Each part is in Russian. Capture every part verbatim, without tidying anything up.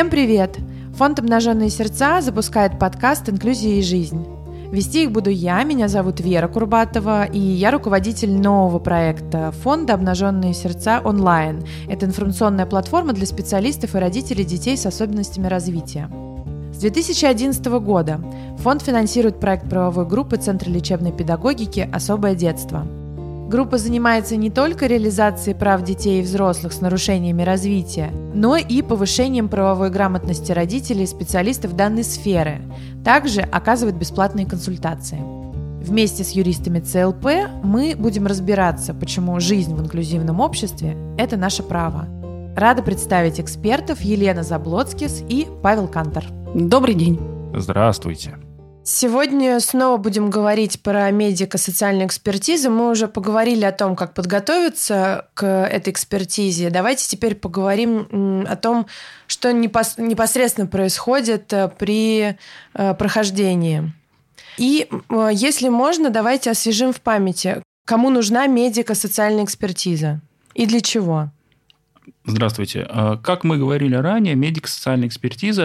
Всем привет! Фонд «Обнаженные сердца» запускает подкаст «Инклюзия и жизнь». Вести их буду я, меня зовут Вера Курбатова, и я руководитель нового проекта фонда «Обнаженные сердца онлайн». Это информационная платформа для специалистов и родителей детей с особенностями развития. С две тысячи одиннадцатого года фонд финансирует проект правовой группы Центра лечебной педагогики «Особое детство». Группа занимается не только реализацией прав детей и взрослых с нарушениями развития, но и повышением правовой грамотности родителей и специалистов данной сферы. Также оказывает бесплатные консультации. Вместе с юристами цэ эл пэ мы будем разбираться, почему жизнь в инклюзивном обществе – это наше право. Рада представить экспертов Елена Заблоцкис и Павел Кантор. Добрый день. Здравствуйте. Сегодня снова будем говорить про медико-социальную экспертизу. Мы уже поговорили о том, как подготовиться к этой экспертизе. Давайте теперь поговорим о том, что непосредственно происходит при прохождении. И, если можно, давайте освежим в памяти, кому нужна медико-социальная экспертиза и для чего. Здравствуйте. Как мы говорили ранее, медико-социальная экспертиза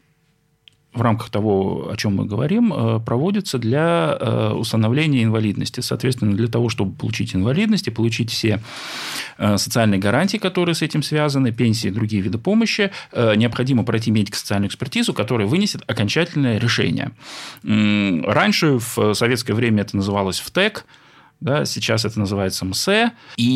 в рамках того, о чем мы говорим, проводится для установления инвалидности. Соответственно, для того, чтобы получить инвалидность и получить все социальные гарантии, которые с этим связаны, пенсии и другие виды помощи, необходимо пройти медико-социальную экспертизу, которая вынесет окончательное решение. Раньше, в советское время, это называлось ВТЭК, да, сейчас это называется МСЭ,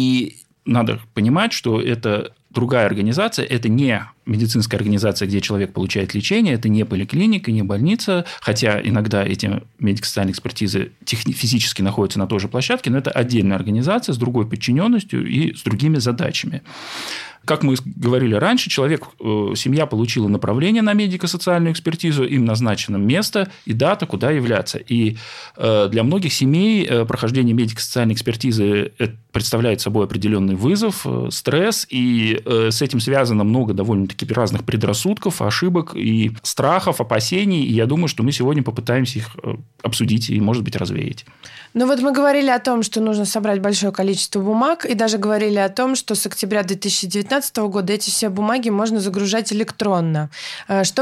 и надо понимать, что это другая организация, это не медицинская организация, где человек получает лечение, это не поликлиника, не больница, хотя иногда эти медико-социальные экспертизы техни- физически находятся на той же площадке, но это отдельная организация с другой подчиненностью и с другими задачами. Как мы говорили раньше, человек, семья получила направление на медико-социальную экспертизу, им назначено место и дата, куда являться. И для многих семей прохождение медико-социальной экспертизы представляет собой определенный вызов, стресс, и с этим связано много довольно-таки разных предрассудков, ошибок и страхов, опасений. И я думаю, что мы сегодня попытаемся их обсудить и, может быть, развеять. Ну вот мы говорили о том, что нужно собрать большое количество бумаг, и даже говорили о том, что с октября две тысячи девятнадцатого года эти все бумаги можно загружать электронно. Что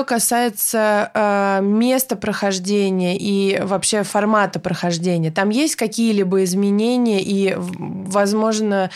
касается места прохождения и вообще формата прохождения, там есть какие-либо изменения и, возможно,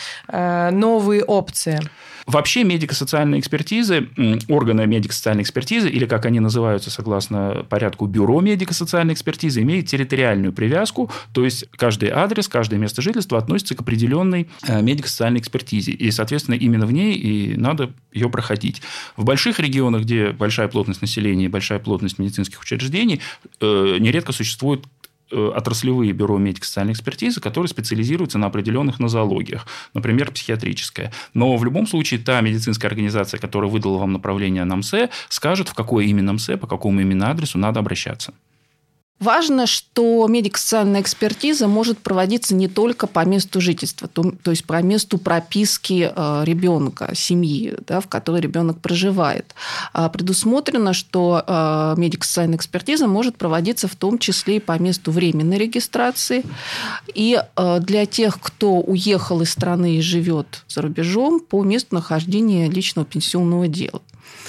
новые опции? Вообще медико-социальные экспертизы, органы медико-социальной экспертизы, или как они называются согласно порядку бюро медико-социальной экспертизы, имеют территориальную привязку, то есть каждый адрес, каждое место жительства относится к определенной медико-социальной экспертизе, и, соответственно, именно в ней и надо ее проходить. В больших регионах, где большая плотность населения и большая плотность медицинских учреждений, нередко существует отраслевые бюро медико-социальной экспертизы, которые специализируются на определенных нозологиях, например, психиатрическая. Но в любом случае та медицинская организация, которая выдала вам направление на МСЭ, скажет, в какое именно МСЭ, по какому именно адресу надо обращаться. Важно, что медико-социальная экспертиза может проводиться не только по месту жительства, то, то есть по месту прописки ребенка, семьи, да, в которой ребенок проживает. Предусмотрено, что медико-социальная экспертиза может проводиться в том числе и по месту временной регистрации. И для тех, кто уехал из страны и живет за рубежом, по месту нахождения личного пенсионного дела.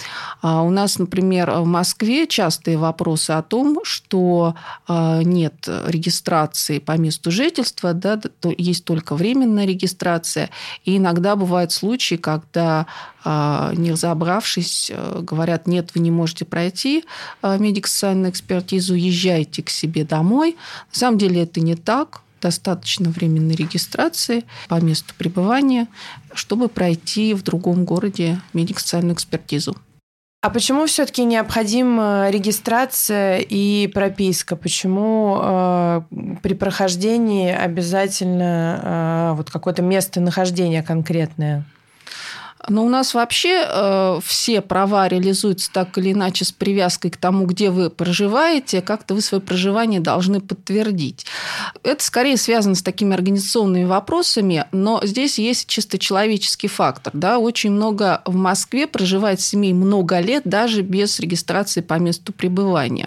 У нас, например, в Москве частые вопросы о том, что нет регистрации по месту жительства, да, есть только временная регистрация. И иногда бывают случаи, когда, не разобравшись, говорят, нет, вы не можете пройти медико-социальную экспертизу, езжайте к себе домой. На самом деле это не так. Достаточно временной регистрации по месту пребывания, чтобы пройти в другом городе медико-социальную экспертизу. А почему все-таки необходима регистрация и прописка? Почему э, при прохождении обязательно э, вот какое-то местонахождение конкретное? Но у нас вообще э, все права реализуются так или иначе с привязкой к тому, где вы проживаете, как-то вы свое проживание должны подтвердить. Это скорее связано с такими организационными вопросами, но здесь есть чисто человеческий фактор. Да? Очень много в Москве проживает семей много лет даже без регистрации по месту пребывания.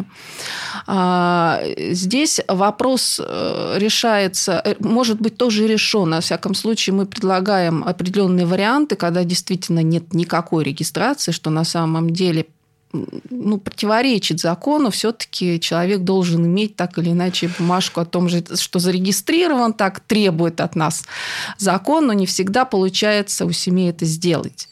А, здесь вопрос решается, может быть, тоже решен. Во всяком случае, мы предлагаем определенные варианты, когда действительно нет никакой регистрации, что на самом деле ну, противоречит закону, все-таки человек должен иметь так или иначе бумажку о том, что зарегистрирован, так требует от нас закон, но не всегда получается у семьи это сделать.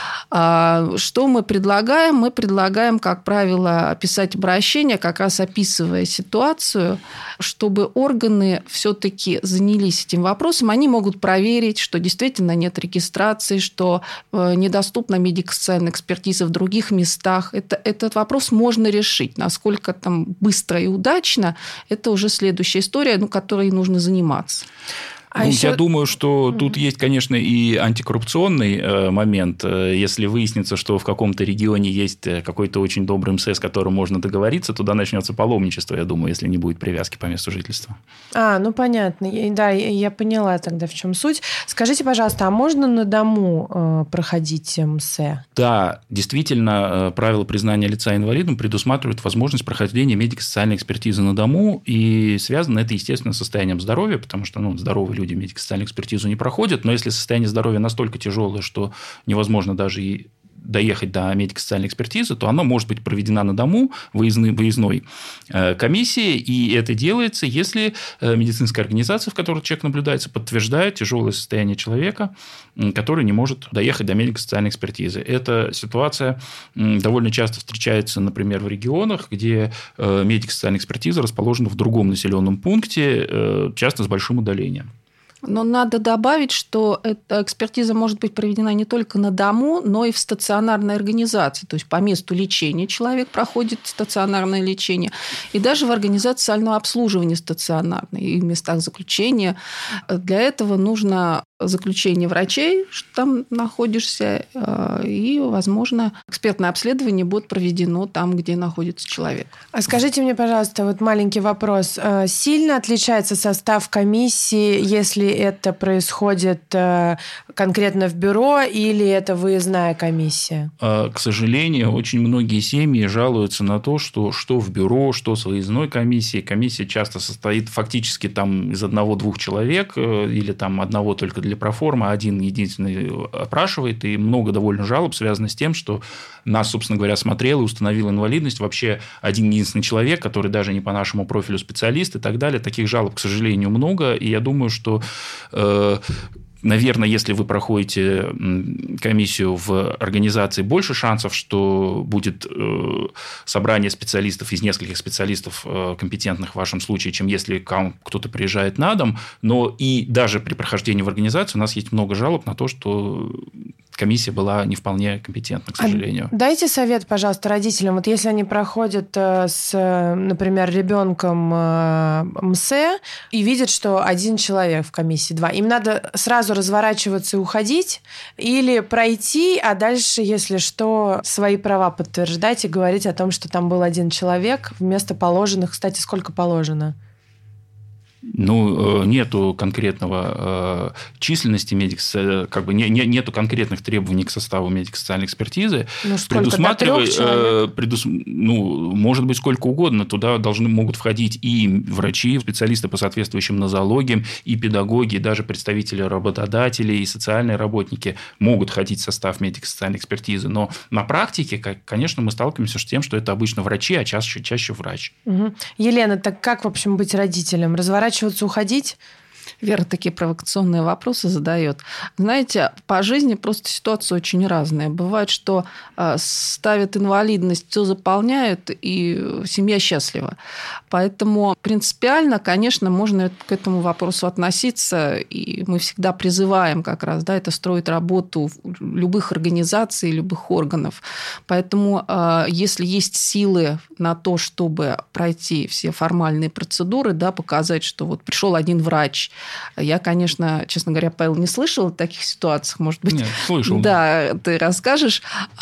Что мы предлагаем? Мы предлагаем, как правило, писать обращение, как раз описывая ситуацию, чтобы органы все-таки занялись этим вопросом. Они могут проверить, что действительно нет регистрации, что недоступна медико-социальная экспертиза в других местах. Это, этот вопрос можно решить. Насколько там быстро и удачно, это уже следующая история, ну, которой нужно заниматься. А ну, еще... Я думаю, что mm-hmm. тут есть, конечно, и антикоррупционный э, момент. Если выяснится, что в каком-то регионе есть какой-то очень добрый эм эс, с которым можно договориться, туда начнется паломничество, я думаю, если не будет привязки по месту жительства. А, ну понятно. Да, я поняла тогда, в чем суть. Скажите, пожалуйста, а можно на дому э, проходить эм эс? Да, действительно, правила признания лица инвалидом предусматривают возможность прохождения медико-социальной экспертизы на дому, и связано это, естественно, с состоянием здоровья, потому что ну, здоровые люди медико-социальную экспертизу не проходят, но если состояние здоровья настолько тяжелое, что невозможно даже и доехать до медико-социальной экспертизы, то она может быть проведена на дому выездной, выездной комиссией, и это делается, если медицинская организация, в которой человек наблюдается, подтверждает тяжелое состояние человека, который не может доехать до медико-социальной экспертизы. Эта ситуация довольно часто встречается, например, в регионах, где медико-социальная экспертиза расположена в другом населенном пункте, часто с большим удалением. Но надо добавить, что эта экспертиза может быть проведена не только на дому, но и в стационарной организации. То есть по месту лечения человек проходит стационарное лечение, и даже в организации социального обслуживания стационарной, и в местах заключения. Для этого нужно заключение врачей, что там находишься, и, возможно, экспертное обследование будет проведено там, где находится человек. А скажите мне, пожалуйста, вот маленький вопрос. Сильно отличается состав комиссии, если это происходит конкретно в бюро или это выездная комиссия? К сожалению, очень многие семьи жалуются на то, что что в бюро, что с выездной комиссией. Комиссия часто состоит фактически там из одного-двух человек или там одного только для проформы, один единственный опрашивает, и много довольно жалоб связано с тем, что нас, собственно говоря, смотрел и установил инвалидность вообще один единственный человек, который даже не по нашему профилю специалист и так далее. Таких жалоб, к сожалению, много, и я думаю, что э, наверное, если вы проходите комиссию в организации, больше шансов, что будет собрание специалистов из нескольких специалистов, компетентных в вашем случае, чем если кто-то приезжает на дом. Но и даже при прохождении в организацию у нас есть много жалоб на то, что комиссия была не вполне компетентна, к сожалению. А дайте совет, пожалуйста, родителям. Вот если они проходят с, например, ребенком эм эс и видят, что один человек в комиссии, два, им надо сразу разворачиваться и уходить, или пройти, а дальше, если что, свои права подтверждать и говорить о том, что там был один человек вместо положенных. Кстати, сколько положено? Ну, нету конкретного э, численности медико, как бы не, не, нету конкретных требований к составу медико-социальной экспертизы. Ну, предусматривает, э, предус, ну, может быть, сколько угодно. Туда должны могут входить и врачи, специалисты по соответствующим нозологиям, и педагоги, и даже представители работодателей, и социальные работники могут входить в состав медико-социальной экспертизы. Но на практике, конечно, мы сталкиваемся с тем, что это обычно врачи, а чаще, чаще врач. Угу. Елена, так как, в общем, быть родителем? Разворачиваться, уходить? Вера такие провокационные вопросы задает. Знаете, по жизни просто ситуация очень разная. Бывает, что ставят инвалидность, все заполняют, и семья счастлива. Поэтому принципиально, конечно, можно к этому вопросу относиться, и мы всегда призываем как раз, да, это строить работу любых организаций, любых органов. Поэтому если есть силы на то, чтобы пройти все формальные процедуры, да, показать, что вот пришел один врач. Я, конечно, честно говоря, Павел, не слышала о таких ситуациях, может быть. Нет, слышал. Да, ты расскажешь.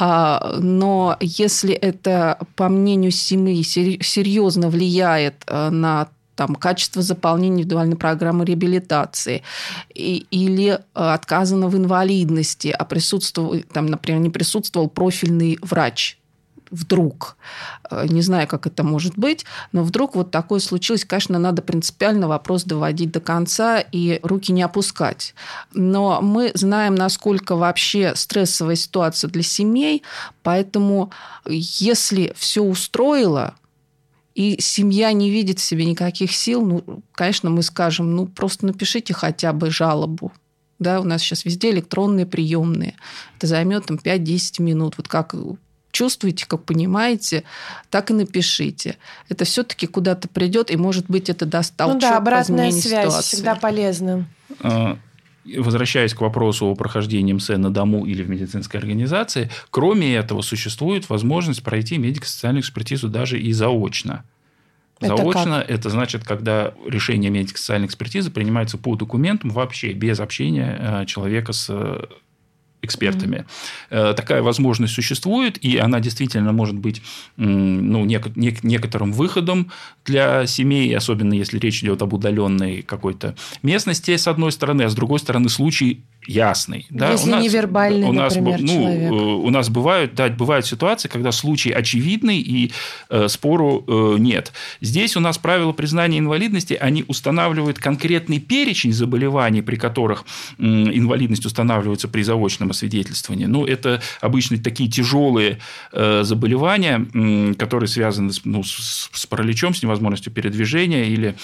Но если это, по мнению семьи, серьезно влияет на там, качество заполнения индивидуальной программы реабилитации и, или отказано в инвалидности, а присутствовал, там, например, не присутствовал профильный врач, вдруг, не знаю, как это может быть, но вдруг вот такое случилось, конечно, надо принципиально вопрос доводить до конца и руки не опускать. Но мы знаем, насколько вообще стрессовая ситуация для семей, поэтому если все устроило, и семья не видит в себе никаких сил, ну, конечно, мы скажем, ну, просто напишите хотя бы жалобу. Да, у нас сейчас везде электронные приемные. Это займет там пять-десять минут. Вот как чувствуете, как понимаете, так и напишите. Это все-таки куда-то придет, и, может быть, это даст толчок. Ну да, обратная связь ситуации. Всегда полезна. Возвращаясь к вопросу о прохождении МС на дому или в медицинской организации, кроме этого существует возможность пройти медико-социальную экспертизу даже и заочно. Это заочно – это значит, когда решение медико-социальной экспертизы принимается по документам вообще, без общения человека с экспертами. Mm-hmm. Такая возможность существует, и она действительно может быть ну, нек- нек- некоторым выходом для семей, особенно если речь идет об удаленной какой-то местности, с одной стороны, а с другой стороны, случай ясный. Да? Если у нас, невербальный, у нас, например, ну, человек. У нас бывают, да, бывают ситуации, когда случай очевидный, и э, спору э, нет. Здесь у нас правила признания инвалидности, они устанавливают конкретный перечень заболеваний, при которых э, инвалидность устанавливается при заочном освидетельствовании. Ну, это обычно такие тяжелые э, заболевания, э, которые связаны с, ну, с, с параличом, с невозможностью передвижения или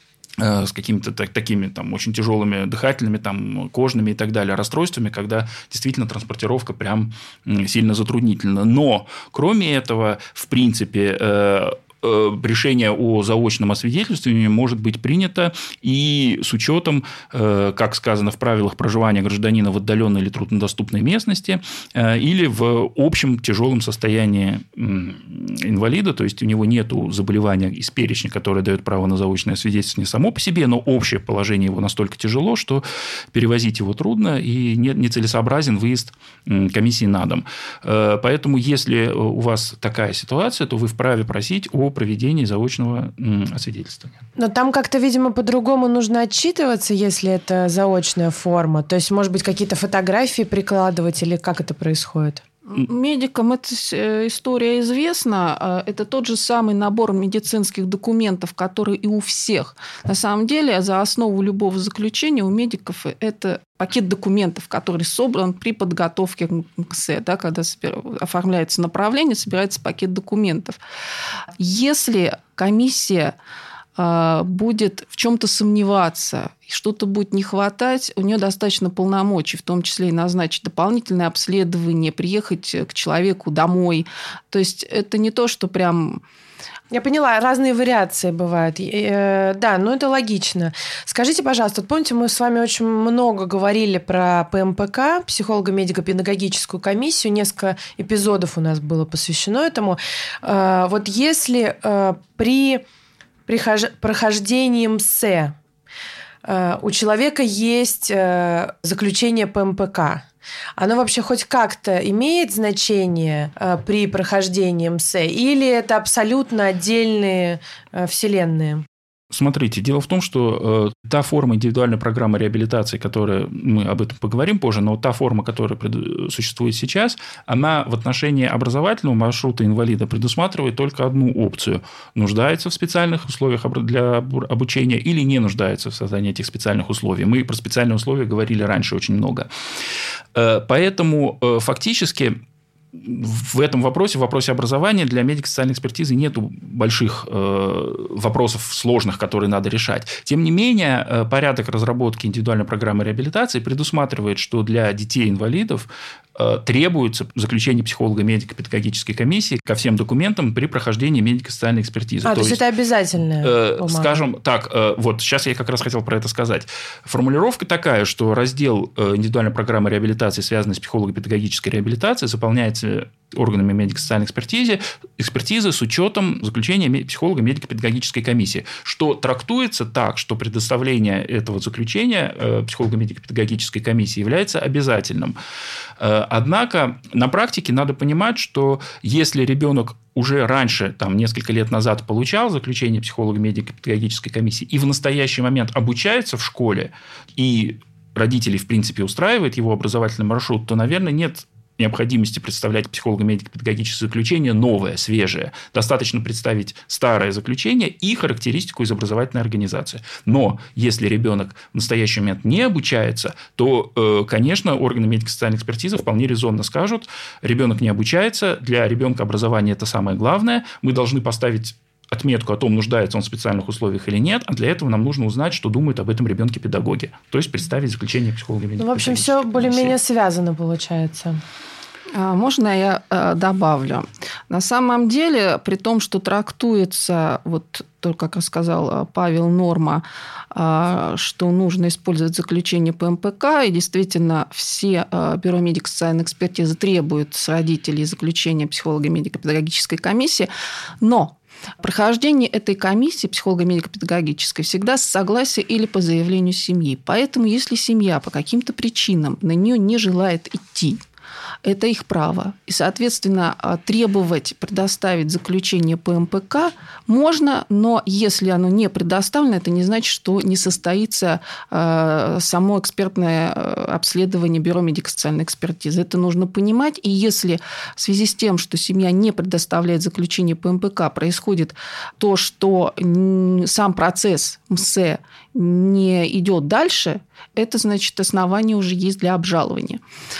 с какими-то так, такими там, очень тяжелыми дыхательными, там, кожными и так далее расстройствами, когда действительно транспортировка прям сильно затруднительна. Но, кроме этого, в принципе, решение о заочном освидетельствовании может быть принято и с учетом, как сказано в правилах проживания гражданина в отдаленной или труднодоступной местности, или в общем тяжелом состоянии инвалида, то есть у него нет заболевания из перечня, которое дает право на заочное освидетельствование само по себе, но общее положение его настолько тяжело, что перевозить его трудно и нецелесообразен выезд комиссии на дом. Поэтому, если у вас такая ситуация, то вы вправе просить о проведении заочного освидетельствования. Но там как-то, видимо, по-другому нужно отчитываться, если это заочная форма. То есть, может быть, какие-то фотографии прикладывать или как это происходит? Медикам эта история известна. Это тот же самый набор медицинских документов, который и у всех. На самом деле, за основу любого заключения у медиков это пакет документов, который собран при подготовке к МКС. Да, когда оформляется направление, собирается пакет документов. Если комиссия будет в чем-то сомневаться, что-то будет не хватать, у нее достаточно полномочий, в том числе и назначить дополнительное обследование, приехать к человеку домой. То есть это не то, что прям... Я поняла, разные вариации бывают. Да, ну это логично. Скажите, пожалуйста, вот помните, мы с вами очень много говорили про ПМПК, психолого-медико-педагогическую комиссию, несколько эпизодов у нас было посвящено этому. Вот если при прохождении МСЭ у человека есть заключение ПМПК, оно вообще хоть как-то имеет значение при прохождении МСЭ или это абсолютно отдельные вселенные? Смотрите, дело в том, что э, та форма индивидуальной программы реабилитации, которая, мы об этом поговорим позже, но та форма, которая пред, существует сейчас, она в отношении образовательного маршрута инвалида предусматривает только одну опцию – нуждается в специальных условиях для обучения или не нуждается в создании этих специальных условий. Мы про специальные условия говорили раньше очень много. Э, поэтому э, фактически в этом вопросе, в вопросе образования для медико-социальной экспертизы нет больших э, вопросов сложных, которые надо решать. Тем не менее, э, порядок разработки индивидуальной программы реабилитации предусматривает, что для детей-инвалидов э, требуется заключение психолого-медико-педагогической комиссии ко всем документам при прохождении медико-социальной экспертизы. А, то, то есть, есть это обязательное? Э, скажем так, э, вот сейчас я как раз хотел про это сказать. Формулировка такая, что раздел индивидуальной программы реабилитации, связанный с психолого-педагогической реабилитацией, заполняется органами медико-социальной экспертизы, экспертизы с учетом заключения психолого-медико-педагогической комиссии, что трактуется так, что предоставление этого заключения психолого-медико-педагогической комиссии является обязательным. Однако на практике надо понимать, что если ребенок уже раньше, там, несколько лет назад получал заключение психолого-медико-педагогической комиссии и в настоящий момент обучается в школе, и родители, в принципе, устраивают его образовательный маршрут, то, наверное, нет необходимости представлять психолого-медико-педагогическое заключение новое, свежее. Достаточно представить старое заключение и характеристику из образовательной организации. Но если ребенок в настоящий момент не обучается, то, конечно, органы медико-социальной экспертизы вполне резонно скажут, ребенок не обучается, для ребенка образование – это самое главное, мы должны поставить отметку о том, нуждается он в специальных условиях или нет, а для этого нам нужно узнать, что думают об этом ребенке педагоги. То есть представить заключение психолога. Ну, в общем, все более-менее связано получается. Можно я добавлю? На самом деле, при том, что трактуется, вот только как рассказал Павел, норма, что нужно использовать заключение по эм пэ ка, и действительно все бюро медико-социальной экспертизы требуют с родителей заключения психолого-медико-педагогической комиссии, но прохождение этой комиссии психолого-медико-педагогической всегда с согласия или по заявлению семьи. Поэтому, если семья по каким-то причинам на нее не желает идти, это их право. И, соответственно, требовать предоставить заключение по эм пэ ка можно, но если оно не предоставлено, это не значит, что не состоится само экспертное обследование бюро медико-социальной экспертизы. Это нужно понимать. И если в связи с тем, что семья не предоставляет заключение по эм пэ ка, происходит то, что сам процесс эм эс э не идет дальше, это значит, основание уже есть для обжалования.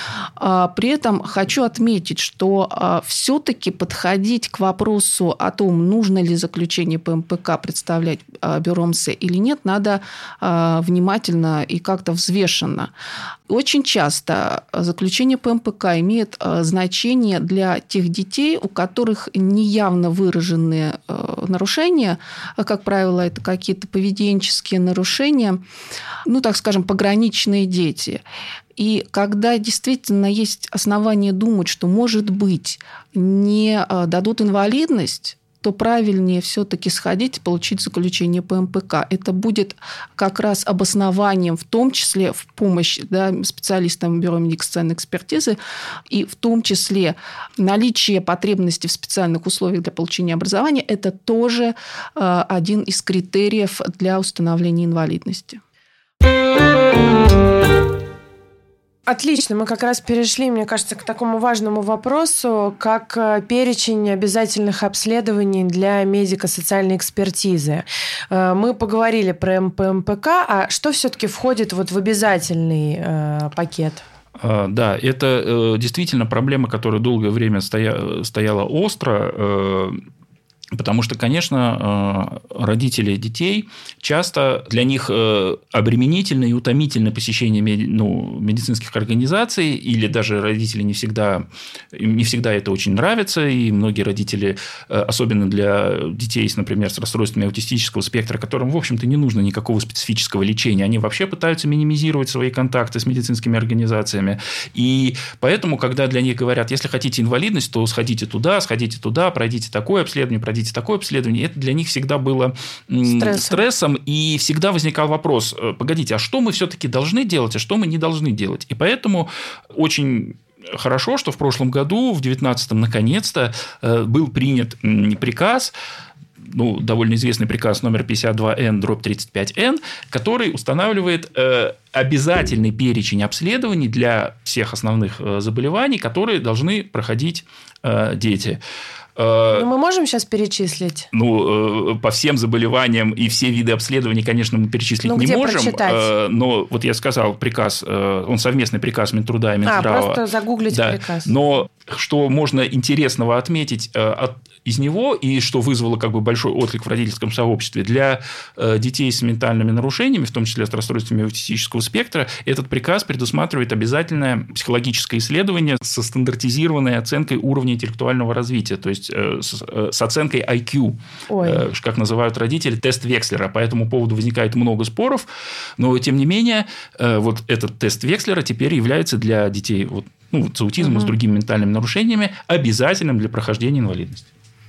При этом хочу отметить, что все-таки подходить к вопросу о том, нужно ли заключение по эм пэ ка представлять бюро эм эс э или нет, надо внимательно и как-то взвешенно. Очень часто заключение по эм пэ ка имеет значение для тех детей, у которых неявно выраженные нарушения, как правило, это какие-то поведенческие нарушения, ну, так скажем, пограничные дети. И когда действительно есть основания думать, что, может быть, не дадут инвалидность, то правильнее все-таки сходить и получить заключение по эм пэ ка. Это будет как раз обоснованием, в том числе в помощь, да, специалистам бюро медико-социальной экспертизы, и в том числе наличие потребности в специальных условиях для получения образования. Это тоже один из критериев для установления инвалидности. Отлично, мы как раз перешли, мне кажется, к такому важному вопросу, как перечень обязательных обследований для медико-социальной экспертизы. Мы поговорили про эм пэ ка, а что все-таки входит вот в обязательный пакет? Да, это действительно проблема, которая долгое время стояла остро. Потому что, конечно, родители детей часто для них обременительно и утомительно посещение ну, медицинских организаций, или даже родители не всегда, не всегда это очень нравится, и многие родители, особенно для детей, например, с расстройствами аутистического спектра, которым, в общем-то, не нужно никакого специфического лечения, они вообще пытаются минимизировать свои контакты с медицинскими организациями. И поэтому, когда для них говорят, если хотите инвалидность, то сходите туда, сходите туда, пройдите такое обследование, пройдите такое обследование, это для них всегда было стрессом. стрессом, и всегда возникал вопрос, погодите, а что мы все-таки должны делать, а что мы не должны делать? И поэтому очень хорошо, что в прошлом году, в две тысячи девятнадцатом, наконец-то был принят приказ, ну, довольно известный приказ номер пятьдесят два эн дробь тридцать пять эн, который устанавливает э, обязательный перечень обследований для всех основных э, заболеваний, которые должны проходить э, дети. Ну, мы можем сейчас перечислить? Ну, по всем заболеваниям и все виды обследований, конечно, мы перечислить ну, не можем. Прочитать? Но вот я сказал, приказ, он совместный приказ Минтруда и Минздрава. А, просто загуглить да. приказ. Но что можно интересного отметить от, из него, и что вызвало как бы большой отклик в родительском сообществе, для детей с ментальными нарушениями, в том числе с расстройствами аутистического спектра, этот приказ предусматривает обязательное психологическое исследование со стандартизированной оценкой уровня интеллектуального развития, то есть с, с оценкой ай кью, Ой. как называют родители, тест Векслера. По этому поводу возникает много споров, но, тем не менее, вот этот тест Векслера теперь является для детей вот, ну, с аутизмом, угу. с другими ментальными нарушениями обязательным для прохождения инвалидности.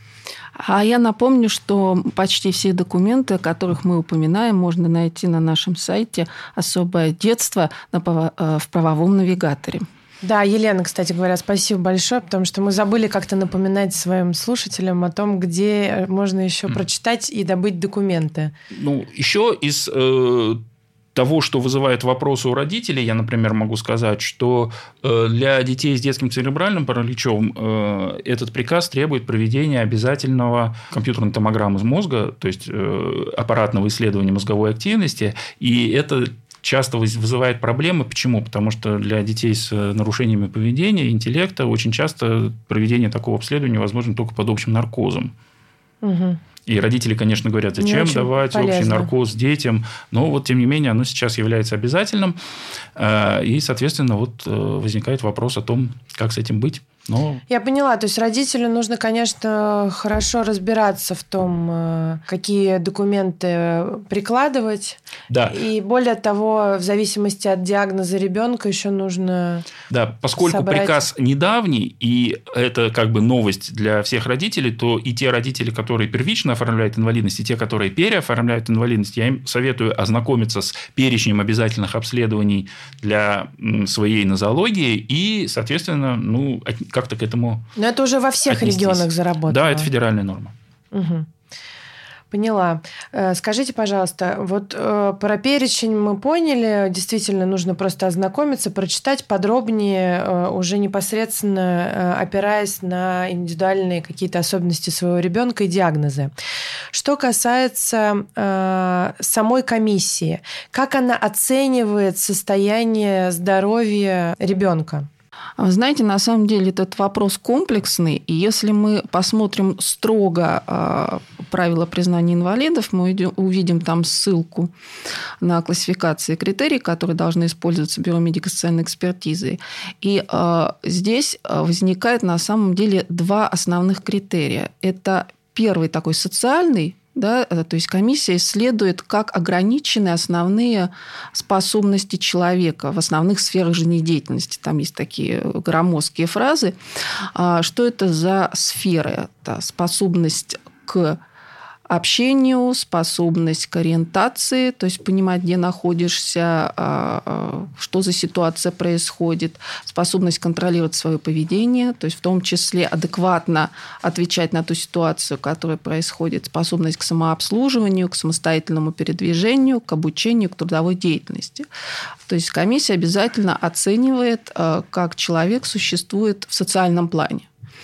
А я напомню, что почти все документы, о которых мы упоминаем, можно найти на нашем сайте «Особое детство» в правовом навигаторе. Да, Елена, кстати говоря, спасибо большое, потому что мы забыли как-то напоминать своим слушателям о том, где можно еще mm. прочитать и добыть документы. Ну, еще из э, того, что вызывает вопросы у родителей, я, например, могу сказать, что для детей с детским церебральным параличом этот приказ требует проведения обязательного компьютерной томограммы мозга, то есть аппаратного исследования мозговой активности, и это часто вызывает проблемы. Почему? Потому что для детей с нарушениями поведения, интеллекта очень часто проведение такого обследования возможно только под общим наркозом. Угу. И родители, конечно, говорят, зачем давать полезно. Общий наркоз детям, но вот, тем не менее, оно сейчас является обязательным, и, соответственно, вот возникает вопрос о том, как с этим быть. Но... Я поняла, то есть родителю нужно, конечно, хорошо разбираться в том, какие документы прикладывать. Да. И более того, в зависимости от диагноза ребенка еще нужно Да, поскольку собрать... приказ недавний, и это как бы новость для всех родителей, то и те родители, которые первично оформляют инвалидность, и те, которые переоформляют инвалидность, я им советую ознакомиться с перечнем обязательных обследований для своей нозологии и, соответственно, ну, как-то к этому Но это уже во всех отнестись. Регионах заработано. Да, это федеральная норма. Угу. Поняла. Скажите, пожалуйста, вот про перечень мы поняли, действительно нужно просто ознакомиться, прочитать подробнее, уже непосредственно опираясь на индивидуальные какие-то особенности своего ребенка и диагнозы. Что касается э, самой комиссии, как она оценивает состояние здоровья ребенка? Вы знаете, на самом деле этот вопрос комплексный, и если мы посмотрим строго э, правила признания инвалидов, мы увидим там ссылку на классификации и критерии, которые должны использоваться Бюро медико-социальной экспертизы. И э, здесь возникает на самом деле два основных критерия. Это первый такой социальный, да, то есть комиссия исследует, как ограничены основные способности человека в основных сферах жизнедеятельности. Там есть такие громоздкие фразы. Что это за сферы? Это способность к общению, способность к ориентации, то есть понимать, где находишься, что за ситуация происходит, способность контролировать свое поведение, то есть в том числе адекватно отвечать на ту ситуацию, которая происходит, способность к самообслуживанию, к самостоятельному передвижению, к обучению, к трудовой деятельности. То есть комиссия обязательно оценивает, как человек существует в социальном плане.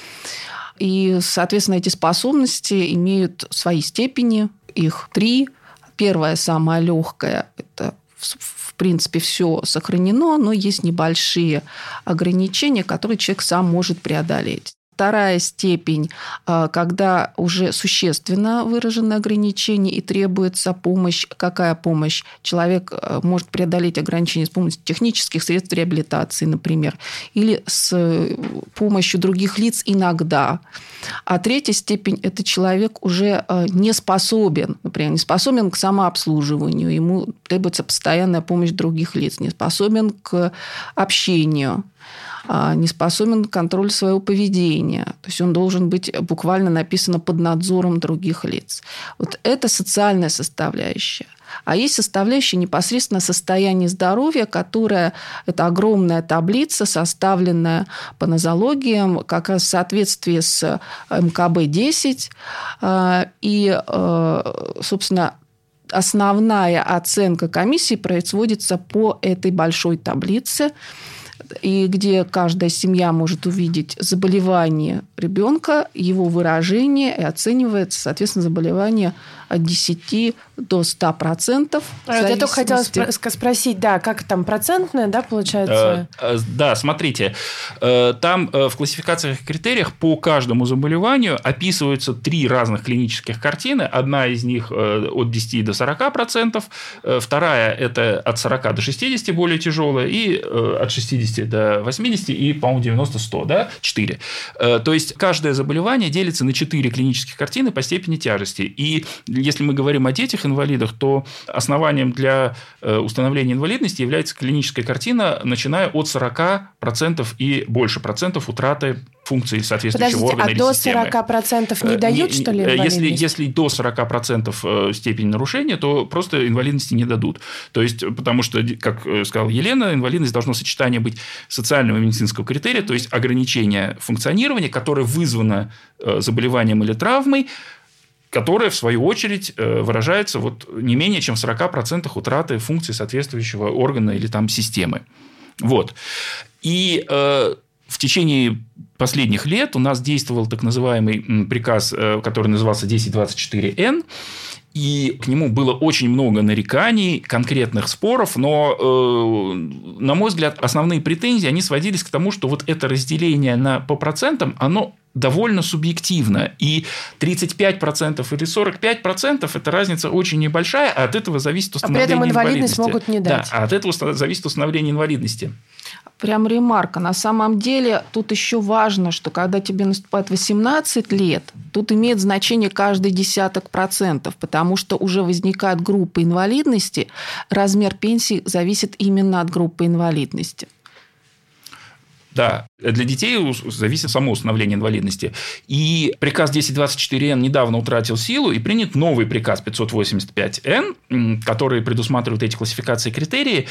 И, соответственно, эти способности имеют свои степени, их три. Первая, самая легкая, это, в принципе, все сохранено, но есть небольшие ограничения, которые человек сам может преодолеть. Вторая степень, когда уже существенно выражены ограничения и требуется помощь. Какая помощь? Человек может преодолеть ограничения с помощью технических средств реабилитации, например, или с помощью других лиц иногда. А третья степень – это человек уже не способен, например, не способен к самообслуживанию, ему требуется постоянная помощь других лиц, не способен к общению, не способен к контролю своего поведения. То есть он должен быть буквально написано под надзором других лиц. Вот это социальная составляющая. А есть составляющая непосредственно состояние здоровья, которая это огромная таблица, составленная по нозологиям, как раз в соответствии с эм ка бэ десять. И, собственно, основная оценка комиссии производится по этой большой таблице, и где каждая семья может увидеть заболевание ребенка, его выражение, и оценивается, соответственно, заболевание от десяти до ста процентов. Я только хотела спросить, да, как там процентное, да, получается? Да, смотрите, там в классификациях и критериях по каждому заболеванию описываются три разных клинических картины. Одна из них от десяти до сорока процентов, вторая – это от сорока до шестидесяти, более тяжелая, и от шестидесяти до восьмидесяти, и, по-моему, девяносто-сто, да, четыре. То есть каждое заболевание делится на четыре клинических картины по степени тяжести. И если мы говорим о детях-инвалидах, то основанием для установления инвалидности является клиническая картина, начиная от сорока процентов и больше процентов утраты функции соответствующего Подождите, органа а или до системы. сорока процентов не дают, не, что ли, инвалидность? Если, если до сорока процентов степень нарушения, то просто инвалидности не дадут. То есть, потому что, как сказала Елена, инвалидность должно сочетание быть социального и медицинского критерия, то есть ограничение функционирования, которое вызвано заболеванием или травмой, которая, в свою очередь, выражается вот не менее чем в сорок процентов утраты функций соответствующего органа или там системы. Вот. И э, в течение последних лет у нас действовал так называемый приказ, который назывался десять двадцать четыре эн, и к нему было очень много нареканий, конкретных споров, но, э, на мой взгляд, основные претензии, они сводились к тому, что вот это разделение на, по процентам, оно довольно субъективно. И тридцать пять процентов или сорок пять процентов – это разница очень небольшая, а от этого зависит установление инвалидности. А при этом инвалидность могут не дать. Да, а от этого зависит установление инвалидности. Прям ремарка. На самом деле, тут еще важно, что когда тебе наступает восемнадцать лет, тут имеет значение каждый десяток процентов, потому что уже возникает группа инвалидности, размер пенсии зависит именно от группы инвалидности. Да, для детей зависит само установление инвалидности. И приказ десять двадцать четыре эн недавно утратил силу, и принят новый приказ пятьсот восемьдесят пять эн, который предусматривает эти классификации и критерии.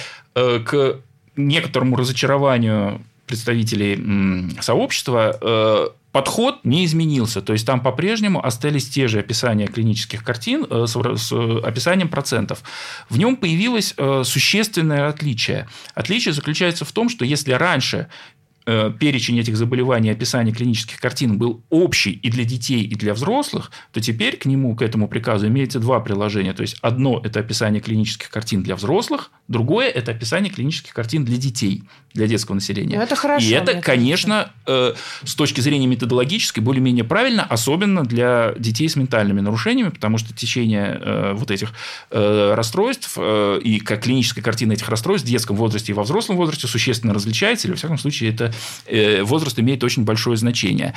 К некоторому разочарованию представителей сообщества подход не изменился. То есть, там по-прежнему остались те же описания клинических картин с описанием процентов. В нем появилось существенное отличие. Отличие заключается в том, что если раньше перечень этих заболеваний и описание клинических картин был общий и для детей, и для взрослых, то теперь к нему, к этому приказу, имеется два приложения. То есть, одно – это описание клинических картин для взрослых, другое – это описание клинических картин для детей, для детского населения. Но это хорошо. И это, конечно, э, с точки зрения методологической более-менее правильно, особенно для детей с ментальными нарушениями, потому что течение э, вот этих э, расстройств э, и как клиническая картина этих расстройств в детском возрасте и во взрослом возрасте существенно различается, или, во всяком случае, это э, возраст имеет очень большое значение.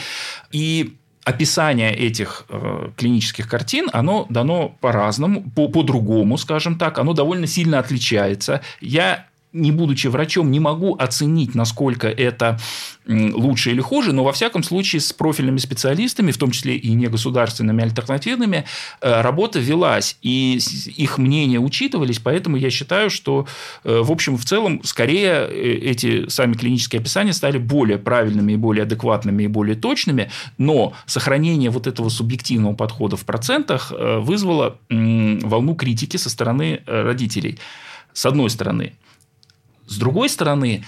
И описание этих э, клинических картин, оно дано по-разному, по- по-другому, скажем так, оно довольно сильно отличается. Я, не будучи врачом, не могу оценить, насколько это лучше или хуже, но, во всяком случае, с профильными специалистами, в том числе и негосударственными, альтернативными, работа велась, и их мнения учитывались, поэтому я считаю, что, в общем, в целом, скорее эти сами клинические описания стали более правильными, и более адекватными, и более точными, но сохранение вот этого субъективного подхода в процентах вызвало волну критики со стороны родителей, с одной стороны. С другой стороны,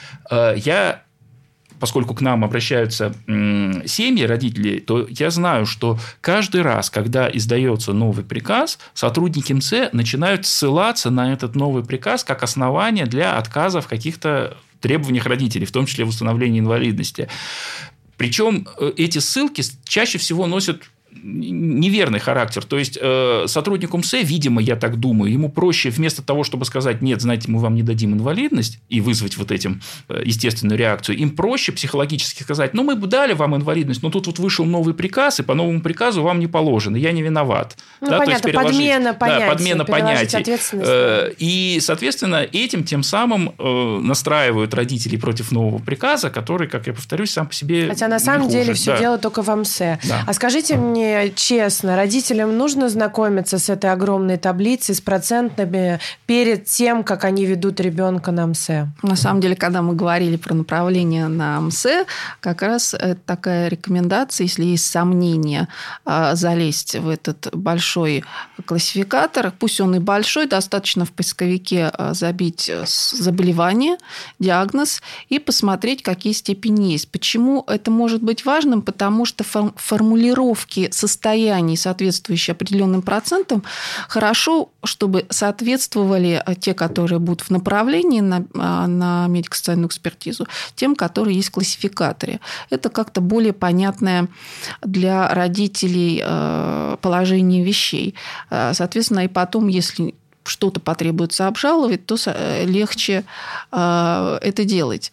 я, поскольку к нам обращаются семьи, родители, то я знаю, что каждый раз, когда издается новый приказ, сотрудники МСЭ начинают ссылаться на этот новый приказ как основание для отказа в каких-то требованиях родителей, в том числе в установлении инвалидности. Причем эти ссылки чаще всего носят неверный характер. То есть, э, сотруднику МСЭ, видимо, я так думаю, ему проще вместо того, чтобы сказать, нет, знаете, мы вам не дадим инвалидность и вызвать вот этим естественную реакцию, им проще психологически сказать, ну, мы бы дали вам инвалидность, но тут вот вышел новый приказ, и по новому приказу вам не положено, я не виноват. Ну, да, понятно, то есть, подмена понятий. Да, подмена понятий. Э, и, соответственно, этим тем самым э, настраивают родителей против нового приказа, который, как я повторюсь, сам по себе Хотя на самом хуже. деле все да. дело только в МСЭ. Да. А скажите мне честно, родителям нужно знакомиться с этой огромной таблицей, с процентами перед тем, как они ведут ребенка на МСЭ? На самом деле, когда мы говорили про направление на МСЭ, как раз такая рекомендация, если есть сомнения, залезть в этот большой классификатор, пусть он и большой, достаточно в поисковике забить заболевание, диагноз и посмотреть, какие степени есть. Почему это может быть важным? Потому что формулировки состояний, соответствующие определенным процентам, хорошо, чтобы соответствовали те, которые будут в направлении на, на медико-социальную экспертизу, тем, которые есть в классификаторе. Это как-то более понятное для родителей положение вещей. Соответственно, и потом, если что-то потребуется обжаловать, то легче это делать.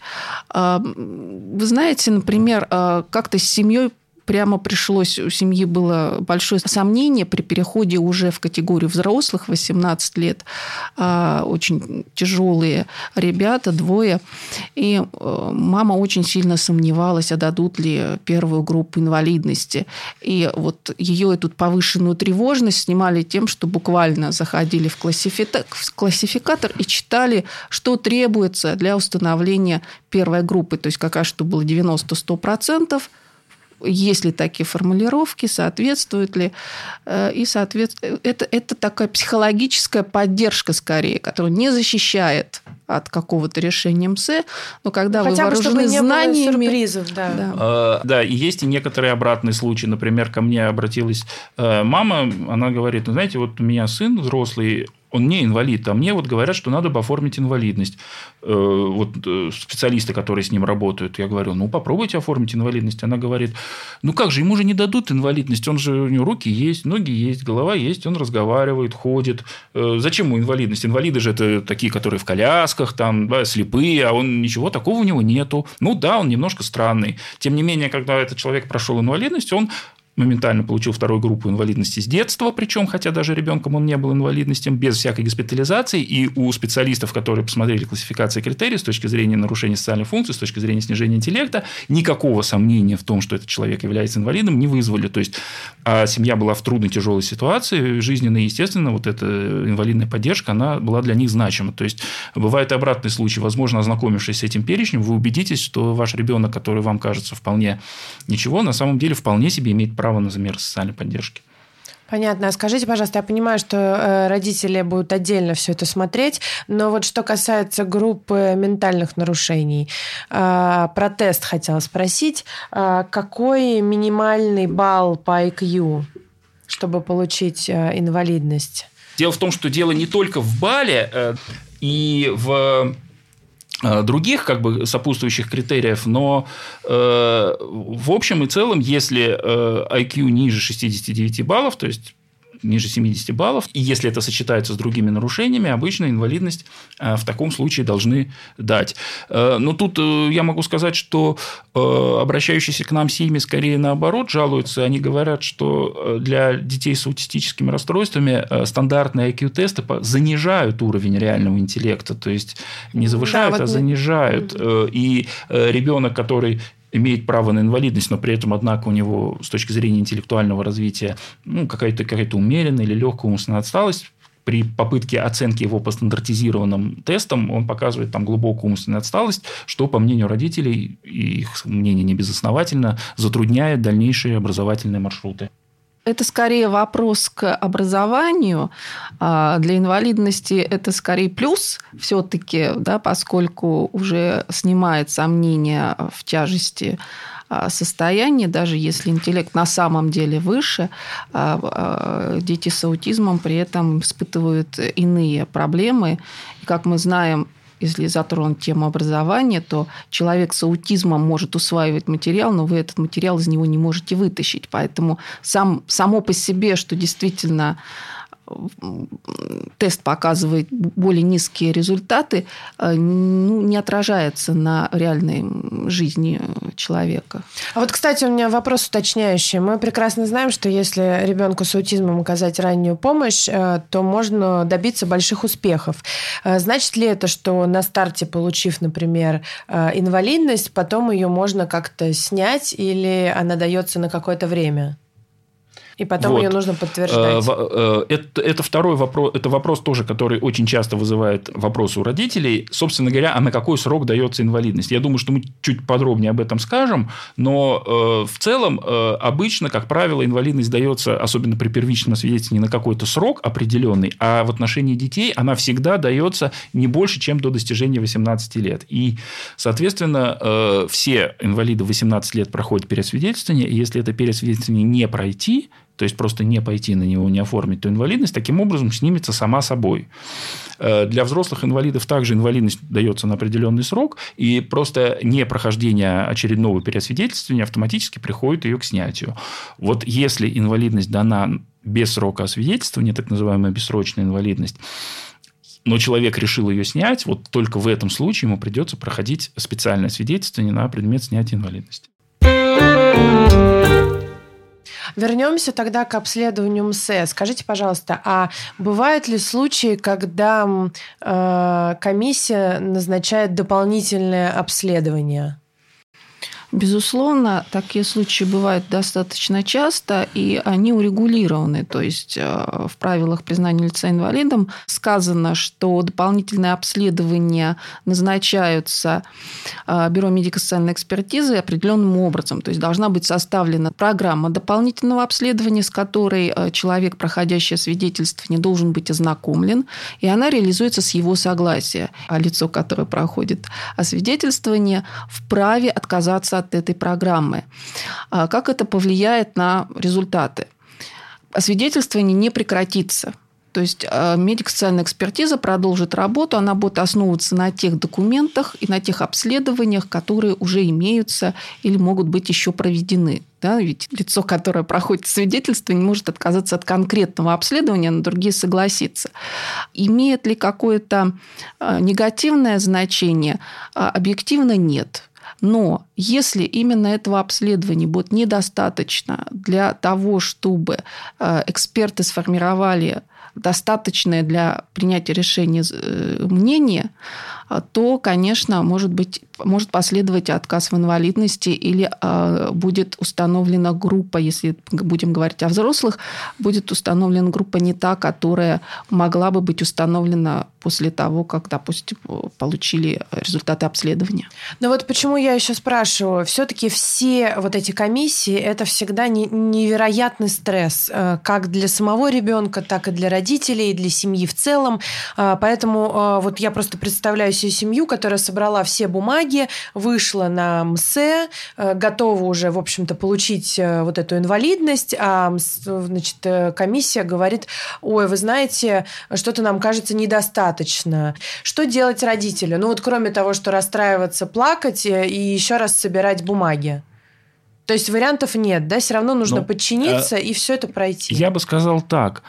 Вы знаете, например, как-то с семьей прямо пришлось, у семьи было большое сомнение при переходе уже в категорию взрослых, восемнадцать лет, очень тяжелые ребята, двое. И мама очень сильно сомневалась, а дадут ли первую группу инвалидности. И вот ее эту повышенную тревожность снимали тем, что буквально заходили в классификатор и читали, что требуется для установления первой группы. То есть, как раз что было девяносто-сто процентов, есть ли такие формулировки, соответствуют ли. И, соответственно, это, это такая психологическая поддержка, скорее, которая не защищает от какого-то решения МСЭ, но когда Хотя вы вооружены бы, чтобы не знаниями... было сюрпризов, да. Да. А, да, и есть и некоторые обратные случаи. Например, ко мне обратилась мама, она говорит, ну, знаете, вот у меня сын взрослый, он не инвалид, а мне вот говорят, что надо бы оформить инвалидность. Вот специалисты, которые с ним работают, я говорю, ну, попробуйте оформить инвалидность. Она говорит, ну, как же, ему же не дадут инвалидность, он же, у него руки есть, ноги есть, голова есть, он разговаривает, ходит. Зачем ему инвалидность? Инвалиды же это такие, которые в колясках, там, да, слепые, а он ничего такого у него нету. Ну, да, он немножко странный. Тем не менее, когда этот человек прошел инвалидность, он моментально получил вторую группу инвалидности с детства, причем, хотя даже ребенком он не был инвалидностью, без всякой госпитализации. И у специалистов, которые посмотрели классификации критерий с точки зрения нарушения социальных функций, с точки зрения снижения интеллекта, никакого сомнения в том, что этот человек является инвалидом, не вызвали. То есть, а семья была в трудной, тяжелой ситуации жизненной, естественно, вот эта инвалидная поддержка, она была для них значима. То есть, бывает и обратный случай. Возможно, ознакомившись с этим перечнем, вы убедитесь, что ваш ребенок, который вам кажется вполне ничего, на самом деле вполне себе имеет право на замер социальной поддержки. Понятно. А скажите, пожалуйста, я понимаю, что родители будут отдельно все это смотреть, но вот что касается группы ментальных нарушений, про тест хотела спросить. Какой минимальный балл по ай кью, чтобы получить инвалидность? Дело в том, что дело не только в балле и в других как бы сопутствующих критериев, но э, в общем и целом, если э, ай кью ниже шестидесяти девяти баллов, то есть ниже семидесяти баллов, и если это сочетается с другими нарушениями, обычно инвалидность в таком случае должны дать. Но тут я могу сказать, что обращающиеся к нам семьи скорее наоборот жалуются. Они говорят, что для детей с аутистическими расстройствами стандартные ай кью-тесты занижают уровень реального интеллекта, то есть не завышают, да, вот а занижают. Mm-hmm. И ребенок, который имеет право на инвалидность, но при этом, однако, у него с точки зрения интеллектуального развития ну, какая-то, какая-то умеренная или легкая умственная отсталость, при попытке оценки его по стандартизированным тестам он показывает там глубокую умственную отсталость, что, по мнению родителей, и их мнение не безосновательно, затрудняет дальнейшие образовательные маршруты. Это скорее вопрос к образованию. Для инвалидности это скорее плюс все-таки, да, поскольку уже снимает сомнения в тяжести состояния, даже если интеллект на самом деле выше, дети с аутизмом при этом испытывают иные проблемы. И, как мы знаем, если затронуть тему образования, то человек с аутизмом может усваивать материал, но вы этот материал из него не можете вытащить. Поэтому сам, само по себе, что действительно тест показывает более низкие результаты, ну, не отражается на реальной жизни человека. А вот, кстати, у меня вопрос уточняющий. Мы прекрасно знаем, что если ребенку с аутизмом оказать раннюю помощь, то можно добиться больших успехов. Значит ли это, что на старте, получив, например, инвалидность, потом ее можно как-то снять или она дается на какое-то время? И потом вот. Ее нужно подтверждать. Это, это второй вопрос, это вопрос тоже, который очень часто вызывает вопросы у родителей. Собственно говоря, а на какой срок дается инвалидность? Я думаю, что мы чуть подробнее об этом скажем, но в целом обычно, как правило, инвалидность дается, особенно при первичном освидетельствовании, на какой-то срок определенный, а в отношении детей она всегда дается не больше, чем до достижения восемнадцати лет. И, соответственно, все инвалиды в восемнадцать лет проходят переосвидетельствование, и если это переосвидетельствование не пройти, то есть просто не пойти на него, не оформить, то инвалидность таким образом снимется сама собой. Для взрослых инвалидов также инвалидность дается на определенный срок, и просто непрохождение очередного переосвидетельствования автоматически приходит ее к снятию. Вот если инвалидность дана без срока освидетельствования, так называемая бессрочная инвалидность, но человек решил ее снять, вот только в этом случае ему придется проходить специальное свидетельствование на предмет снятия инвалидности. Вернемся тогда к обследованию МСЭ. Скажите, пожалуйста, а бывают ли случаи, когда э, комиссия назначает дополнительное обследование? Безусловно, такие случаи бывают достаточно часто, и они урегулированы. То есть в правилах признания лица инвалидом сказано, что дополнительные обследования назначаются Бюро медико-социальной экспертизы определенным образом. То есть должна быть составлена программа дополнительного обследования, с которой человек, проходящий освидетельствование, должен быть ознакомлен, и она реализуется с его согласия. А лицо, которое проходит освидетельствование, вправе отказаться от этой программы. Как это повлияет на результаты? Освидетельствование не прекратится. То есть медико-социальная экспертиза продолжит работу, она будет основываться на тех документах и на тех обследованиях, которые уже имеются или могут быть еще проведены. Да? Ведь лицо, которое проходит свидетельствование, не может отказаться от конкретного обследования, на другие согласиться. Имеет ли какое-то негативное значение? Объективно нет. Но если именно этого обследования будет недостаточно для того, чтобы эксперты сформировали достаточное для принятия решения мнение, то, конечно, может быть, может последовать отказ в инвалидности или будет установлена группа, если будем говорить о взрослых, будет установлена группа не та, которая могла бы быть установлена после того, как, допустим, получили результаты обследования. Но вот почему я еще спрашиваю, все-таки все вот эти комиссии – это всегда невероятный стресс, как для самого ребенка, так и для родителей, и для семьи в целом. Поэтому вот я просто представляю себе семью, которая собрала все бумаги, вышла на МСЭ, готова уже, в общем-то, получить вот эту инвалидность, а значит, комиссия говорит: ой, вы знаете, что-то нам кажется недостаточно. Что делать родителю? Ну вот кроме того, что расстраиваться, плакать и еще раз собирать бумаги. То есть вариантов нет, да? Все равно нужно ну, подчиниться э, и все это пройти. Я бы сказал так.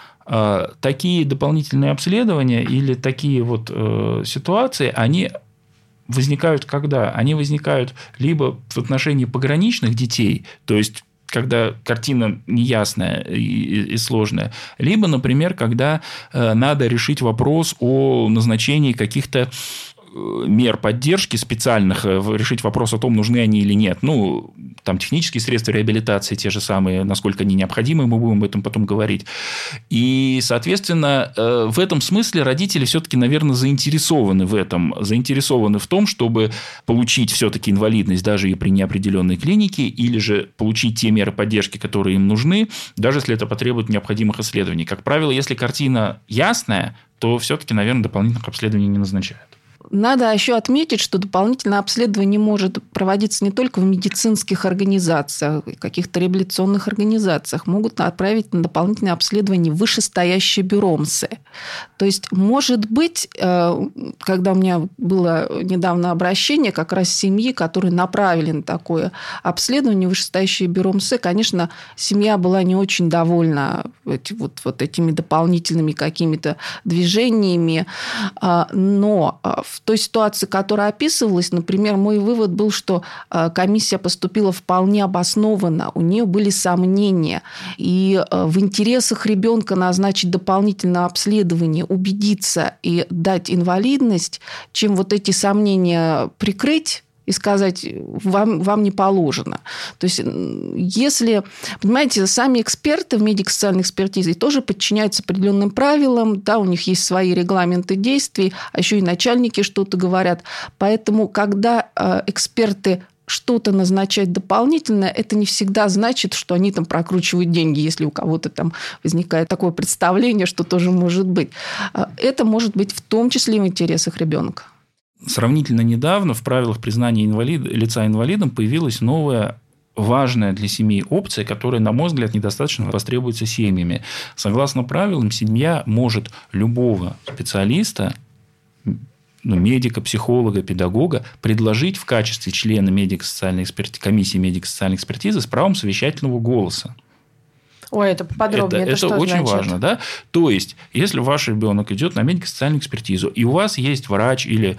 Такие дополнительные обследования или такие вот э, ситуации, они возникают когда? Они возникают либо в отношении пограничных детей, то есть когда картина неясная и, и сложная, либо, например, когда э, надо решить вопрос о назначении каких-то мер поддержки специальных, решить вопрос о том, нужны они или нет. Ну, там технические средства реабилитации те же самые, насколько они необходимы, мы будем об этом потом говорить. И, соответственно, в этом смысле родители все-таки, наверное, заинтересованы в этом, заинтересованы в том, чтобы получить все-таки инвалидность даже и при неопределенной клинике, или же получить те меры поддержки, которые им нужны, даже если это потребует необходимых исследований. Как правило, если картина ясная, то все-таки, наверное, дополнительных обследований не назначают. Надо еще отметить, что дополнительное обследование может проводиться не только в медицинских организациях, каких-то реабилитационных организациях. Могут отправить на дополнительное обследование вышестоящее бюро МСЭ. То есть, может быть, когда у меня было недавно обращение как раз семьи, которые направили на такое обследование вышестоящее бюро МСЭ, конечно, семья была не очень довольна вот, вот этими дополнительными какими-то движениями, но в той ситуации, которая описывалась, например, мой вывод был, что комиссия поступила вполне обоснованно, у нее были сомнения, и в интересах ребенка назначить дополнительное обследование, убедиться и дать инвалидность, чем вот эти сомнения прикрыть и сказать, вам, вам не положено. То есть, если, понимаете, сами эксперты в медико-социальной экспертизе тоже подчиняются определенным правилам, да, у них есть свои регламенты действий, а еще и начальники что-то говорят. Поэтому, когда эксперты что-то назначать дополнительно, это не всегда значит, что они там прокручивают деньги, если у кого-то там возникает такое представление, что тоже может быть. Это может быть в том числе и в интересах ребенка. Сравнительно недавно в правилах признания инвалид... лица инвалидом появилась новая важная для семьи опция, которая, на мой взгляд, недостаточно востребуется семьями. Согласно правилам, семья может любого специалиста, ну, медика, психолога, педагога предложить в качестве члена медико-социальной эксперти... комиссии медико-социальной экспертизы с правом совещательного голоса. Ой, это поподробнее. Это, это, это очень значит? важно, да? То есть, если ваш ребенок идет на медико-социальную экспертизу, и у вас есть врач или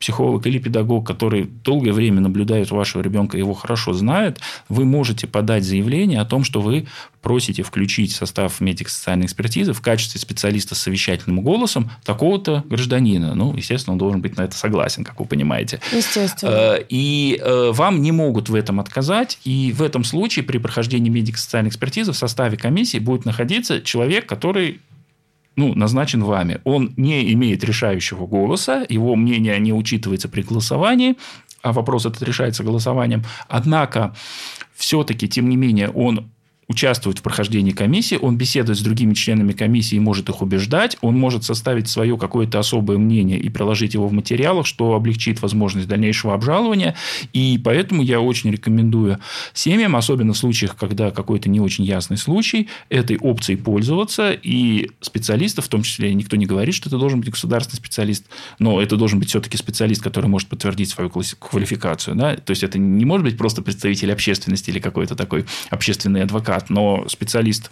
психолог или педагог, который долгое время наблюдает вашего ребенка, его хорошо знает, вы можете подать заявление о том, что вы просите включить в состав медико-социальной экспертизы в качестве специалиста с совещательным голосом такого-то гражданина. Ну, естественно, он должен быть на это согласен, как вы понимаете. Естественно. И вам не могут в этом отказать. И в этом случае при прохождении медико-социальной экспертизы в составе комиссии будет находиться человек, который ну, назначен вами. Он не имеет решающего голоса, его мнение не учитывается при голосовании, а вопрос этот решается голосованием. Однако, все-таки, тем не менее, он участвует в прохождении комиссии, он беседует с другими членами комиссии и может их убеждать, он может составить свое какое-то особое мнение и приложить его в материалах, что облегчит возможность дальнейшего обжалования. И поэтому я очень рекомендую семьям, особенно в случаях, когда какой-то не очень ясный случай, этой опцией пользоваться. И специалистов, в том числе, никто не говорит, что это должен быть государственный специалист, но это должен быть все-таки специалист, который может подтвердить свою квалификацию. Да? То есть, это не может быть просто представитель общественности или какой-то такой общественный адвокат, но специалист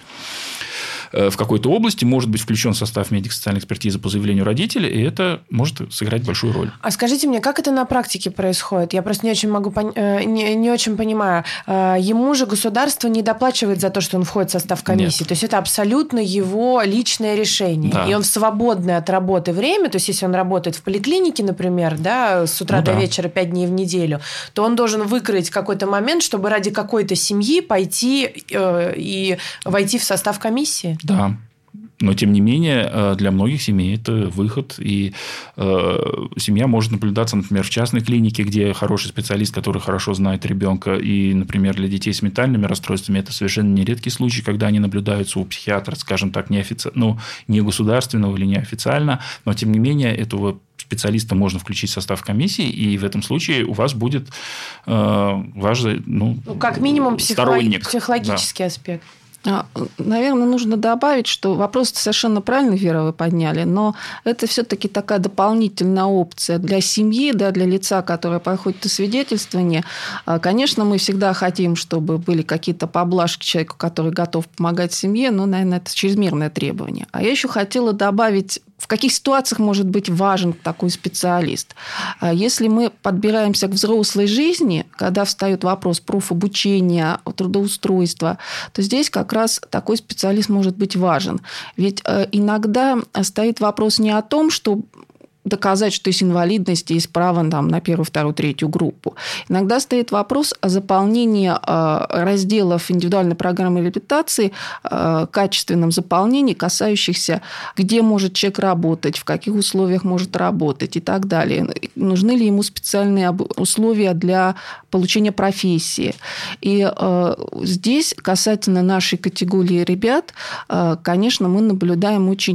в какой-то области может быть включен в состав медико-социальной экспертизы по заявлению родителей, и это может сыграть большую роль. А скажите мне, как это на практике происходит? Я просто не очень могу пон... не, не очень понимаю. Ему же государство не доплачивает за то, что он входит в состав комиссии. Нет. То есть это абсолютно его личное решение. Да. И он в свободное от работы время, то есть если он работает в поликлинике, например, да, с утра ну, до да. вечера пять дней в неделю, то он должен выкроить какой-то момент, чтобы ради какой-то семьи пойти э, и войти в состав комиссии. Да, но тем не менее для многих семей это выход, и э, семья может наблюдаться, например, в частной клинике, где хороший специалист, который хорошо знает ребенка, и, например, для детей с ментальными расстройствами это совершенно нередкий случай, когда они наблюдаются у психиатра, скажем так, неофици... ну, не государственного или неофициально, но тем не менее этого специалиста можно включить в состав комиссии, и в этом случае у вас будет э, ваш ну, ну, как минимум сторонник. Психологический да. аспект. Наверное, нужно добавить, что вопрос совершенно правильно, Вера, вы подняли, но это все-таки такая дополнительная опция для семьи, да, для лица, которое проходит освидетельствование. Конечно, мы всегда хотим, чтобы были какие-то поблажки человеку, который готов помогать семье, но, наверное, это чрезмерное требование. А я еще хотела добавить, в каких ситуациях может быть важен такой специалист. Если мы подбираемся к взрослой жизни, когда встает вопрос профобучения, трудоустройства, то здесь как раз такой специалист может быть важен. Ведь иногда стоит вопрос не о том, что доказать, что есть инвалидность и есть право там, на первую, вторую, третью группу. Иногда стоит вопрос о заполнении разделов индивидуальной программы реабилитации, качественном заполнении, касающихся, где может человек работать, в каких условиях может работать и так далее. Нужны ли ему специальные условия для получения профессии. И здесь, касательно нашей категории ребят, конечно, мы наблюдаем очень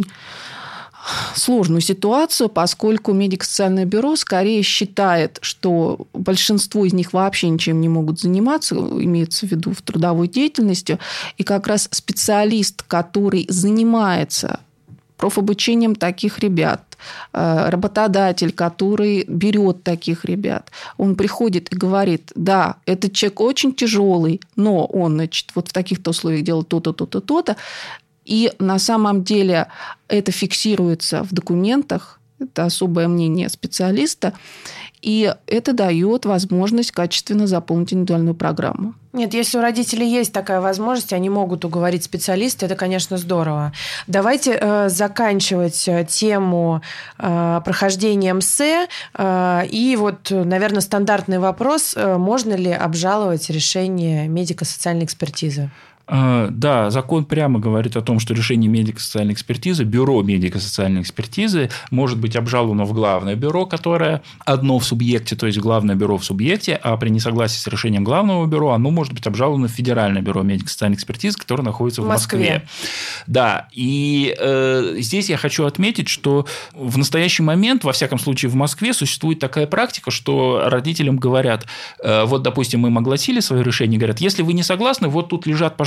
сложную ситуацию, поскольку медико-социальное бюро скорее считает, что большинство из них вообще ничем не могут заниматься, имеется в виду в трудовой деятельностью, и как раз специалист, который занимается профобучением таких ребят, работодатель, который берет таких ребят, он приходит и говорит, да, этот человек очень тяжелый, но он, значит, вот в таких-то условиях делает то-то, то-то, то-то, и на самом деле это фиксируется в документах, это особое мнение специалиста, и это дает возможность качественно заполнить индивидуальную программу. Нет, если у родителей есть такая возможность, они могут уговорить специалиста, это, конечно, здорово. Давайте э, заканчивать тему э, прохождения МСЭ. Э, и вот, наверное, стандартный вопрос, э, можно ли обжаловать решение медико-социальной экспертизы? Да, закон прямо говорит о том, что решение медико-социальной экспертизы, бюро медико-социальной экспертизы может быть обжаловано в главное бюро, которое одно в субъекте, то есть главное бюро в субъекте, а при несогласии с решением главного бюро оно может быть обжаловано в Федеральное бюро медико-социальной экспертизы, которое находится в, в Москве. Москве. Да, и э, здесь я хочу отметить, что в настоящий момент, во всяком случае в Москве, существует такая практика, что родителям говорят, э, вот, допустим, мы им огласили свое решение, говорят, если вы не согласны, вот тут лежат, пожалуйста,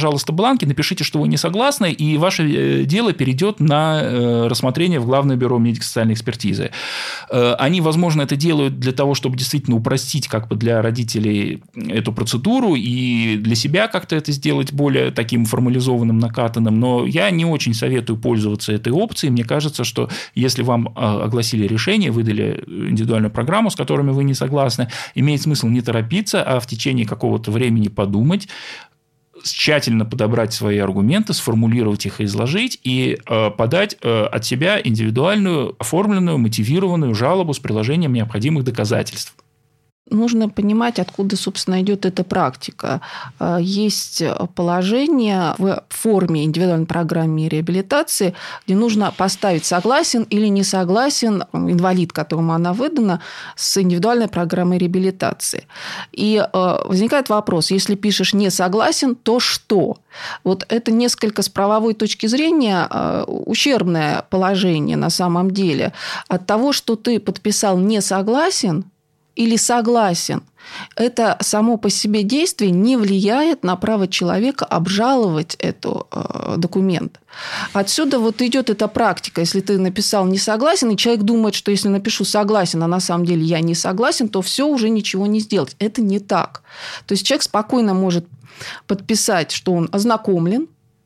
пожалуйста, бланки, напишите, что вы не согласны, и ваше дело перейдет на рассмотрение в Главное бюро медико-социальной экспертизы. Они, возможно, это делают для того, чтобы действительно упростить как бы для родителей эту процедуру и для себя как-то это сделать более таким формализованным, накатанным, но я не очень советую пользоваться этой опцией. Мне кажется, что если вам огласили решение, выдали индивидуальную программу, с которыми вы не согласны, имеет смысл не торопиться, а в течение какого-то времени подумать, тщательно подобрать свои аргументы, сформулировать их и изложить, и э, подать э, от себя индивидуальную, оформленную, мотивированную жалобу с приложением необходимых доказательств. Нужно понимать, откуда, собственно, идет эта практика. Есть положение в форме индивидуальной программы реабилитации, где нужно поставить согласен или не согласен инвалид, которому она выдана, с индивидуальной программой реабилитации. И возникает вопрос, если пишешь «не согласен», то что? Вот это несколько с правовой точки зрения ущербное положение на самом деле. От того, что ты подписал «не согласен», или согласен, это само по себе действие не влияет на право человека обжаловать этот э, документ. Отсюда вот идет эта практика. Если ты написал «не согласен», и человек думает, что если напишу «согласен», а на самом деле я не согласен, то все, уже ничего не сделать. Это не так. То есть человек спокойно может подписать, что он ознакомлен,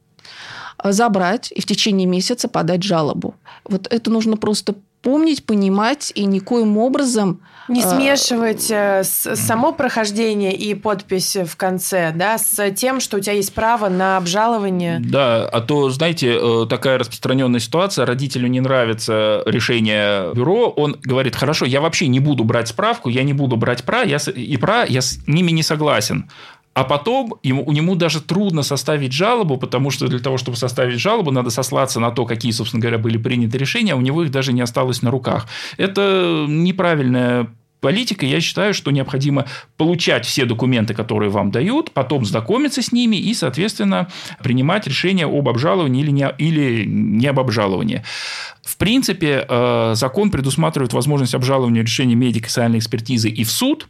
забрать и в течение месяца подать жалобу. Вот это нужно просто помнить, понимать и никоим образом... Не смешивать само прохождение и подпись в конце, да, с тем, что у тебя есть право на обжалование. Да, а то, знаете, такая распространенная ситуация, родителю не нравится решение бюро, он говорит: хорошо, я вообще не буду брать справку, я не буду брать ПРА, я, и ПРА, я с ними не согласен. А потом ему, ему даже трудно составить жалобу, потому что для того, чтобы составить жалобу, надо сослаться на то, какие, собственно говоря, были приняты решения, а у него их даже не осталось на руках. Это неправильная политика. Я считаю, что необходимо получать все документы, которые вам дают, потом знакомиться с ними и, соответственно, принимать решение об обжаловании или не, или не об обжаловании. В принципе, закон предусматривает возможность обжалования решения медико-социальной экспертизы и в суд,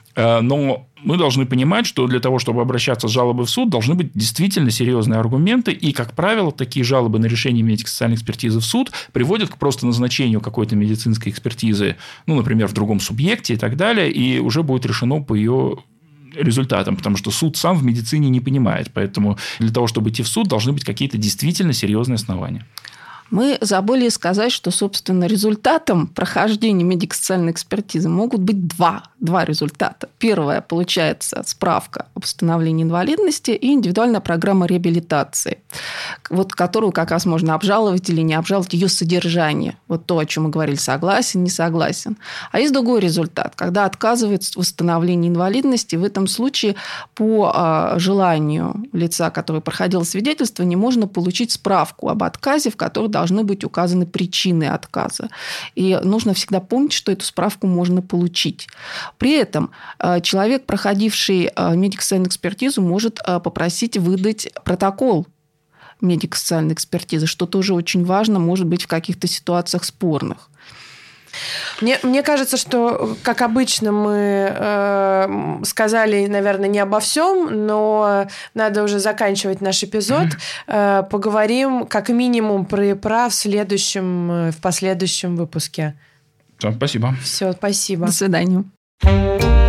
но мы должны понимать, что для того, чтобы обращаться с жалобой в суд, должны быть действительно серьезные аргументы. И, как правило, такие жалобы на решение медико-социальной экспертизы в суд приводят к просто назначению какой-то медицинской экспертизы, ну, например, в другом субъекте и так далее, и уже будет решено по ее результатам, потому что суд сам в медицине не понимает. Поэтому для того, чтобы идти в суд, должны быть какие-то действительно серьезные основания. Мы забыли сказать, что, собственно, результатом прохождения медико-социальной экспертизы могут быть два, два результата. Первое, получается справка об установлении инвалидности и индивидуальная программа реабилитации, вот, которую как раз можно обжаловать или не обжаловать, ее содержание. Вот то, о чем мы говорили, согласен, не согласен. А есть другой результат, когда отказывается в установлении инвалидности. В этом случае по желанию лица, который проходил свидетельствование, можно получить справку об отказе, в которой должны быть указаны причины отказа. И нужно всегда помнить, что эту справку можно получить. При этом человек, проходивший медико-социальную экспертизу, может попросить выдать протокол медико-социальной экспертизы, что тоже очень важно, может быть, в каких-то ситуациях спорных. Мне, мне кажется, что, как обычно, мы э, сказали, наверное, не обо всем, но надо уже заканчивать наш эпизод. Э, поговорим как минимум про ИПРА в следующем, в последующем выпуске. Все, спасибо. Все, спасибо. До свидания.